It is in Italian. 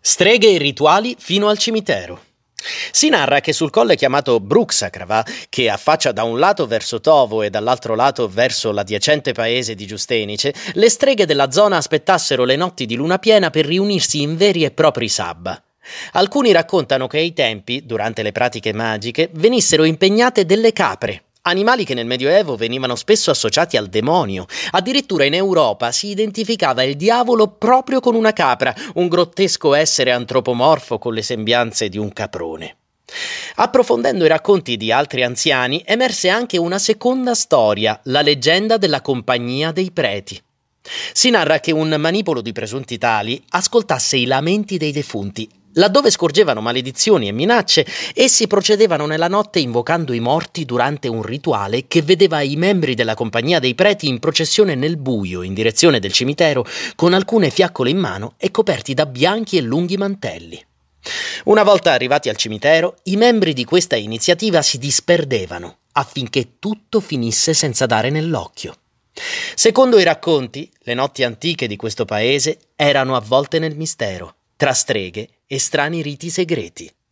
Streghe e rituali fino al cimitero. Si narra che sul colle chiamato Bruxakrava, che affaccia da un lato verso Tovo e dall'altro lato verso l'adiacente paese di Giustenice, le streghe della zona aspettassero le notti di luna piena per riunirsi in veri e propri sabba. Alcuni raccontano che ai tempi, durante le pratiche magiche, venissero impegnate delle capre, animali che nel Medioevo venivano spesso associati al demonio. Addirittura in Europa si identificava il diavolo proprio con una capra, un grottesco essere antropomorfo con le sembianze di un caprone. Approfondendo i racconti di altri anziani, emerse anche una seconda storia, la leggenda della Compagnia dei Preti. Si narra che un manipolo di presunti tali ascoltasse i lamenti dei defunti. Laddove scorgevano maledizioni e minacce, essi procedevano nella notte invocando i morti durante un rituale che vedeva i membri della Compagnia dei Preti in processione nel buio in direzione del cimitero con alcune fiaccole in mano e coperti da bianchi e lunghi mantelli. Una volta arrivati al cimitero, i membri di questa iniziativa si disperdevano affinché tutto finisse senza dare nell'occhio. Secondo i racconti, le notti antiche di questo paese erano avvolte nel mistero, tra streghe e strani riti segreti.